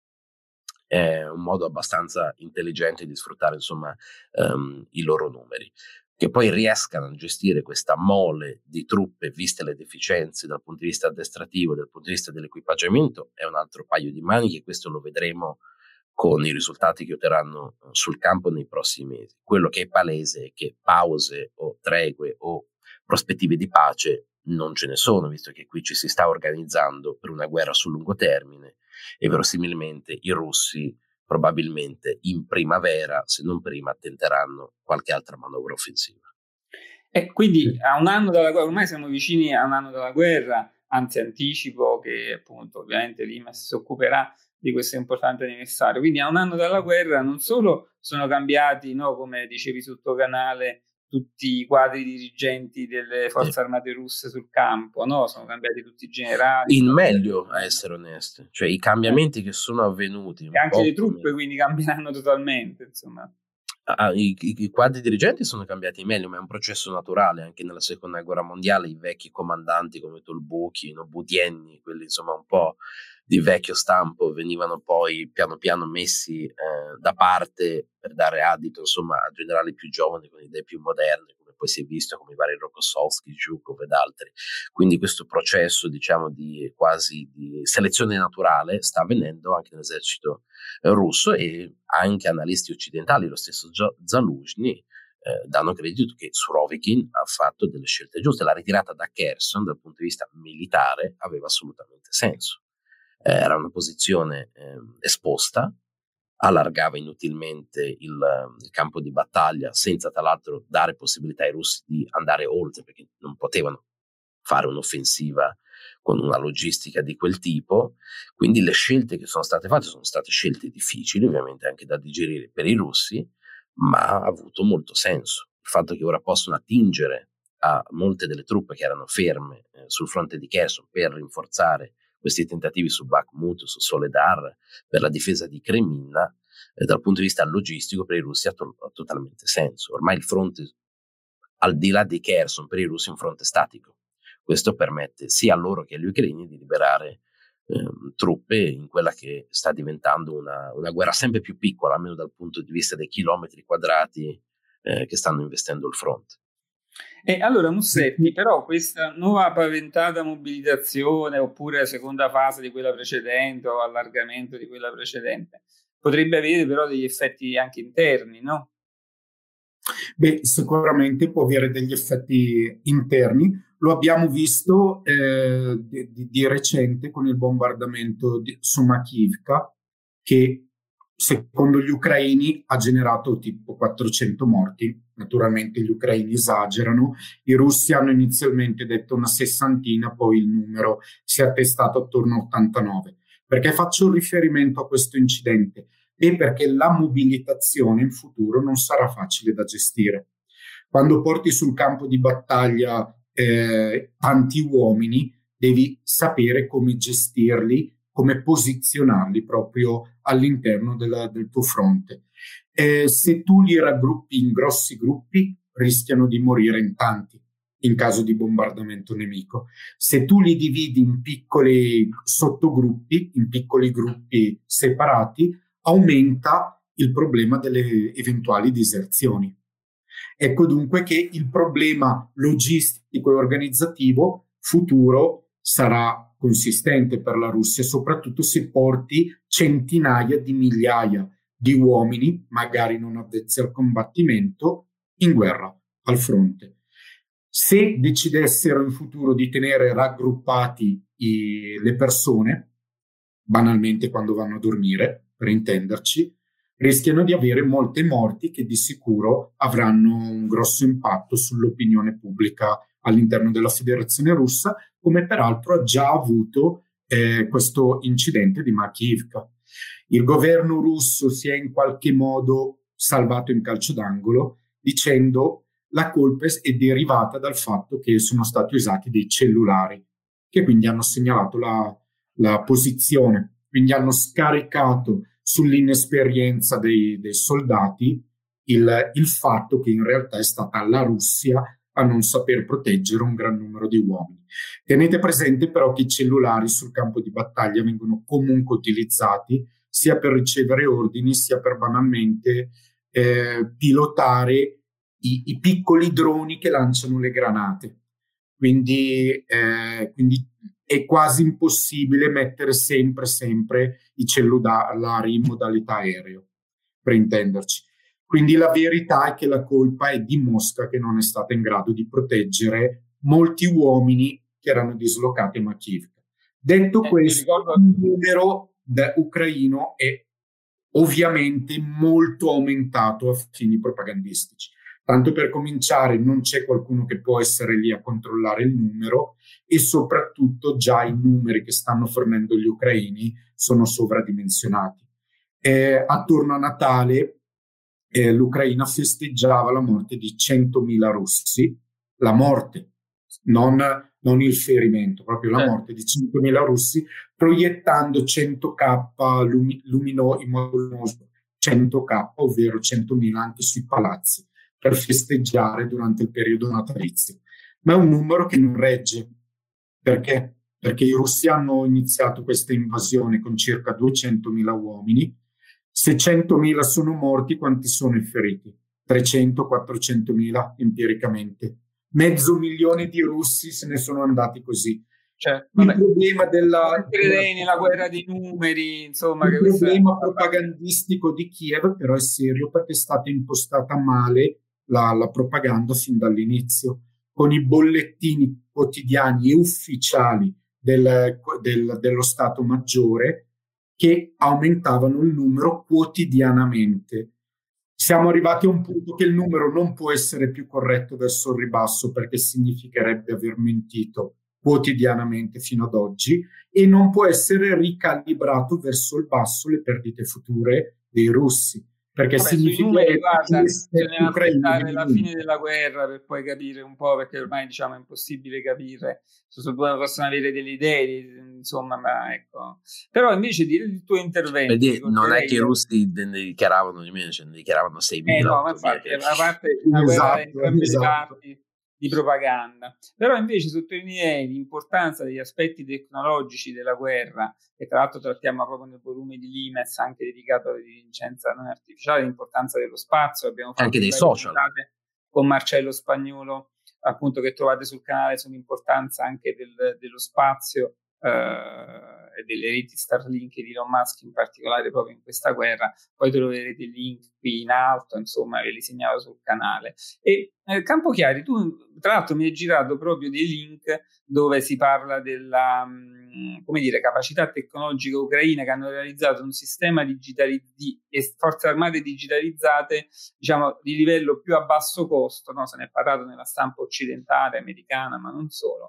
È un modo abbastanza intelligente di sfruttare insomma i loro numeri. Che poi riescano a gestire questa mole di truppe, viste le deficienze dal punto di vista addestrativo e dal punto di vista dell'equipaggiamento, è un altro paio di maniche. Questo lo vedremo con i risultati che otterranno sul campo nei prossimi mesi. Quello che è palese è che pause o tregue o prospettive di pace non ce ne sono, visto che qui ci si sta organizzando per una guerra sul lungo termine, e verosimilmente i russi probabilmente in primavera, se non prima, tenteranno qualche altra manovra offensiva. E quindi a un anno dalla guerra, ormai siamo vicini a un anno dalla guerra, anzi anticipo che appunto ovviamente l'IMES si occuperà di questo importante anniversario. Quindi a un anno dalla guerra non solo sono cambiati, no, come dicevi sul tuo canale, tutti i quadri dirigenti delle forze armate russe sul campo, no? Sono cambiati tutti i generali. In meglio, a essere onesti. Cioè i cambiamenti che sono avvenuti. E anche le truppe quindi cambieranno totalmente, insomma. I quadri dirigenti sono cambiati in meglio, ma è un processo naturale. Anche nella seconda guerra mondiale i vecchi comandanti come Tolbuchin, Budienny, quelli insomma un po' di vecchio stampo, venivano poi piano piano messi da parte per dare adito insomma a generali più giovani con idee più moderne come poi si è visto come i vari Rokossovsky, Zhukov ed altri. Quindi questo processo, diciamo, di quasi di selezione naturale sta avvenendo anche nell'esercito russo, e anche analisti occidentali, lo stesso Zaluzhny, danno credito che Surovikin ha fatto delle scelte giuste. La ritirata da Kherson dal punto di vista militare aveva assolutamente senso. Era una posizione esposta, allargava inutilmente il campo di battaglia senza tra l'altro dare possibilità ai russi di andare oltre, perché non potevano fare un'offensiva con una logistica di quel tipo. Quindi le scelte che sono state fatte sono state scelte difficili, ovviamente anche da digerire per i russi, ma ha avuto molto senso. Il fatto che ora possono attingere a molte delle truppe che erano ferme sul fronte di Kherson per rinforzare questi tentativi su Bakhmut, su Soledar, per la difesa di Kreminna, dal punto di vista logistico per i russi ha totalmente senso. Ormai il fronte, al di là di Kherson, per i russi è un fronte statico. Questo permette sia a loro che agli ucraini di liberare truppe in quella che sta diventando una guerra sempre più piccola, almeno dal punto di vista dei chilometri quadrati che stanno investendo il fronte. E allora Mussetti, però questa nuova paventata mobilitazione, oppure la seconda fase di quella precedente o allargamento di quella precedente, potrebbe avere però degli effetti anche interni, no? Beh, sicuramente può avere degli effetti interni. Lo abbiamo visto di recente con il bombardamento su Makivka, che secondo gli ucraini ha generato tipo 400 morti. Naturalmente gli ucraini esagerano, i russi hanno inizialmente detto una sessantina, poi il numero si è attestato attorno a 89. Perché faccio un riferimento a questo incidente? E perché la mobilitazione in futuro non sarà facile da gestire. Quando porti sul campo di battaglia tanti uomini, devi sapere come gestirli, come posizionarli proprio all'interno del tuo fronte. Se tu li raggruppi in grossi gruppi, rischiano di morire in tanti in caso di bombardamento nemico. Se tu li dividi in piccoli sottogruppi, in piccoli gruppi separati, aumenta il problema delle eventuali diserzioni. Ecco dunque che il problema logistico e organizzativo futuro sarà consistente per la Russia, soprattutto se porti centinaia di migliaia di uomini, magari non avvezzi al combattimento, in guerra, al fronte. Se decidessero in futuro di tenere raggruppati le persone, banalmente quando vanno a dormire, per intenderci, rischiano di avere molte morti che di sicuro avranno un grosso impatto sull'opinione pubblica all'interno della Federazione Russa, come peraltro ha già avuto questo incidente di Makivka. Il governo russo si è in qualche modo salvato in calcio d'angolo dicendo la colpa è derivata dal fatto che sono stati usati dei cellulari che quindi hanno segnalato la posizione, quindi hanno scaricato sull'inesperienza dei soldati il fatto che in realtà è stata la Russia a non saper proteggere un gran numero di uomini. Tenete presente però che i cellulari sul campo di battaglia vengono comunque utilizzati sia per ricevere ordini, sia per banalmente pilotare i piccoli droni che lanciano le granate. Quindi è quasi impossibile mettere sempre i cellulari in modalità aereo, per intenderci. Quindi la verità è che la colpa è di Mosca, che non è stata in grado di proteggere molti uomini che erano dislocati a Makivka. Detto questo, il numero ucraino è ovviamente molto aumentato a fini propagandistici. Tanto per cominciare, non c'è qualcuno che può essere lì a controllare il numero e soprattutto già i numeri che stanno fornendo gli ucraini sono sovradimensionati. Attorno a Natale l'Ucraina festeggiava la morte di 100.000 russi, la morte, non il ferimento, proprio la morte di 100.000 russi, proiettando 100K in modo luminoso, 100K, ovvero 100.000 anche sui palazzi, per festeggiare durante il periodo natalizio. Ma è un numero che non regge. Perché? Perché i russi hanno iniziato questa invasione con circa 200.000 uomini. Se 100.000 sono morti, quanti sono i feriti? 300-400 mila empiricamente. 500.000 di russi se ne sono andati così. Cioè, il problema nella guerra dei numeri, insomma, il problema propagandistico di Kiev però è serio, perché è stata impostata male la propaganda sin dall'inizio, con i bollettini quotidiani e ufficiali dello Stato Maggiore che aumentavano il numero quotidianamente. Siamo arrivati a un punto che il numero non può essere più corretto verso il ribasso, perché significherebbe aver mentito quotidianamente fino ad oggi, e non può essere ricalibrato verso il basso le perdite future dei russi, perché significherebbe guarda, bisogna aspettare la fine della guerra per poi capire un po', perché ormai diciamo è impossibile capire, possono avere delle idee, insomma, ma ecco. Però invece il tuo intervento non è che i russi ne dichiaravano di meno, cioè ne dichiaravano 6.000. No, ma infatti a parte una guerra entrambe le parti di propaganda. Però invece sottolineerei l'importanza degli aspetti tecnologici della guerra, che tra l'altro trattiamo proprio nel volume di Limes, anche dedicato alla dirigenza non artificiale, l'importanza dello spazio. Abbiamo fatto anche dei social con Marcello Spagnuolo, appunto, che trovate sul canale, sull'importanza anche dello spazio e delle reti Starlink di Elon Musk, in particolare proprio in questa guerra. Poi troverete il link qui in alto, insomma, ve li segnalo sul canale. E Campochiari, tu tra l'altro mi hai girato proprio dei link dove si parla della capacità tecnologica ucraina, che hanno realizzato un sistema di forze armate digitalizzate, diciamo, di livello più a basso costo, no? Se ne è parlato nella stampa occidentale, americana, ma non solo,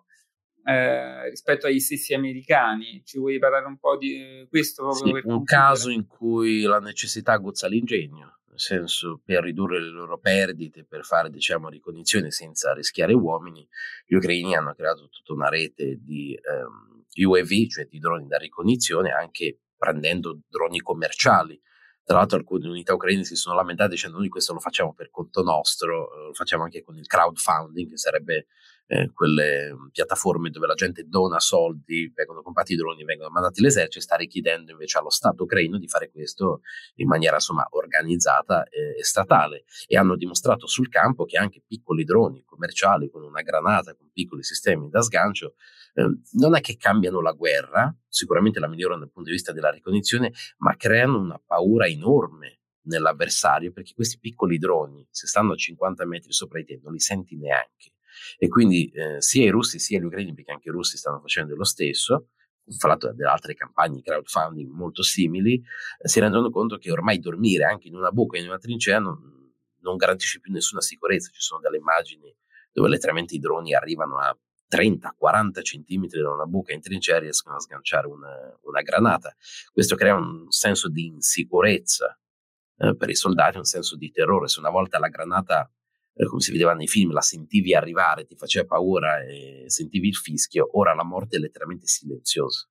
rispetto agli stessi americani. Ci vuoi parlare un po' di questo? Proprio un caso in cui la necessità aguzza l'ingegno, nel senso, per ridurre le loro perdite, per fare, diciamo, ricognizione senza rischiare uomini, gli ucraini hanno creato tutta una rete di UAV, cioè di droni da ricognizione, anche prendendo droni commerciali. Tra l'altro alcune unità ucraine si sono lamentate dicendo: noi questo lo facciamo per conto nostro, lo facciamo anche con il crowdfunding, che sarebbe quelle piattaforme dove la gente dona soldi, vengono comprati i droni, vengono mandati all'esercito, sta richiedendo invece allo Stato ucraino di fare questo in maniera, insomma, organizzata e statale. E hanno dimostrato sul campo che anche piccoli droni commerciali con una granata, con piccoli sistemi da sgancio, non è che cambiano la guerra, sicuramente la migliorano dal punto di vista della ricognizione, ma creano una paura enorme nell'avversario, perché questi piccoli droni, se stanno a 50 metri sopra di te, non li senti neanche. E quindi sia i russi sia gli ucraini, perché anche i russi stanno facendo lo stesso, fra l'altro delle altre campagne crowdfunding molto simili, si rendono conto che ormai dormire anche in una buca, in una trincea, non garantisce più nessuna sicurezza. Ci sono delle immagini dove letteralmente i droni arrivano a 30-40 centimetri da una buca in trincea e riescono a sganciare una granata. Questo crea un senso di insicurezza per i soldati, un senso di terrore. Se una volta la granata, come si vedeva nei film, la sentivi arrivare, ti faceva paura e sentivi il fischio, ora la morte è letteralmente silenziosa.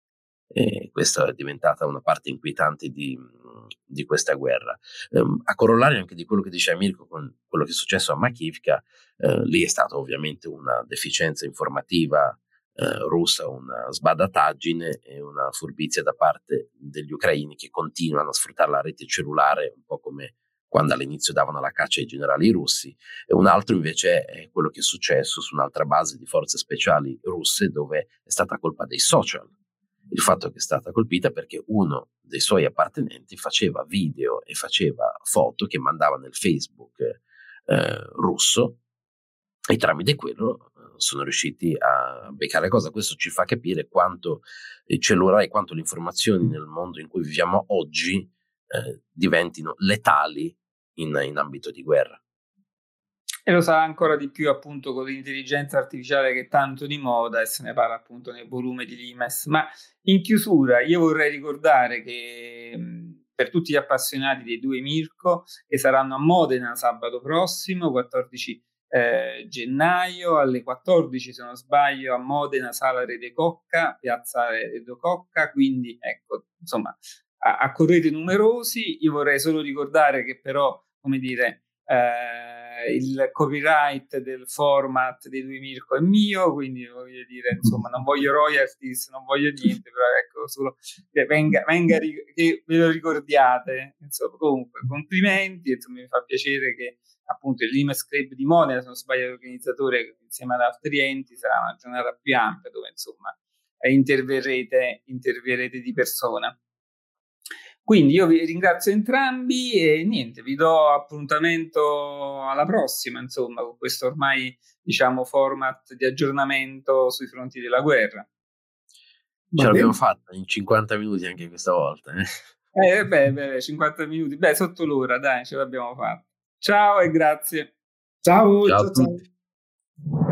E questa è diventata una parte inquietante di questa guerra. A corollario anche di quello che diceva Mirko con quello che è successo a Makivka, lì è stata ovviamente una deficienza informativa russa, una sbadataggine e una furbizia da parte degli ucraini, che continuano a sfruttare la rete cellulare, un po' come quando all'inizio davano la caccia ai generali russi. E un altro invece è quello che è successo su un'altra base di forze speciali russe, dove è stata colpa dei social. Il fatto che è stata colpita perché uno dei suoi appartenenti faceva video e faceva foto che mandava nel Facebook russo, e tramite quello sono riusciti a beccare la cosa. Questo ci fa capire quanto il cellulare, quanto le informazioni nel mondo in cui viviamo oggi diventino letali in ambito di guerra. E lo sarà ancora di più, appunto, con l'intelligenza artificiale, che è tanto di moda, e se ne parla appunto nel volume di Limes. Ma in chiusura io vorrei ricordare che per tutti gli appassionati dei due Mirko, che saranno a Modena sabato prossimo, 14 gennaio, alle 14, se non sbaglio, a Modena, Sala Rede Cocca, piazza Rede Cocca. Quindi ecco, insomma, accorrete numerosi. Io vorrei solo ricordare che però, come dire, il copyright del format di lui Mirko è mio, quindi voglio dire, insomma, non voglio royalties, non voglio niente, però ecco, solo che venga che ve lo ricordiate. Insomma, comunque, complimenti, insomma, mi fa piacere che appunto il Limes Club di Modena, se non sbaglio l'organizzatore, insieme ad altri enti, sarà una giornata più ampia dove insomma interverrete di persona. Quindi io vi ringrazio entrambi e niente, vi do appuntamento alla prossima, insomma, con questo ormai, diciamo, format di aggiornamento sui fronti della guerra. Ce l'abbiamo fatta in 50 minuti anche questa volta. 50 minuti, sotto l'ora, dai, ce l'abbiamo fatta. Ciao e grazie. Ciao a tutti.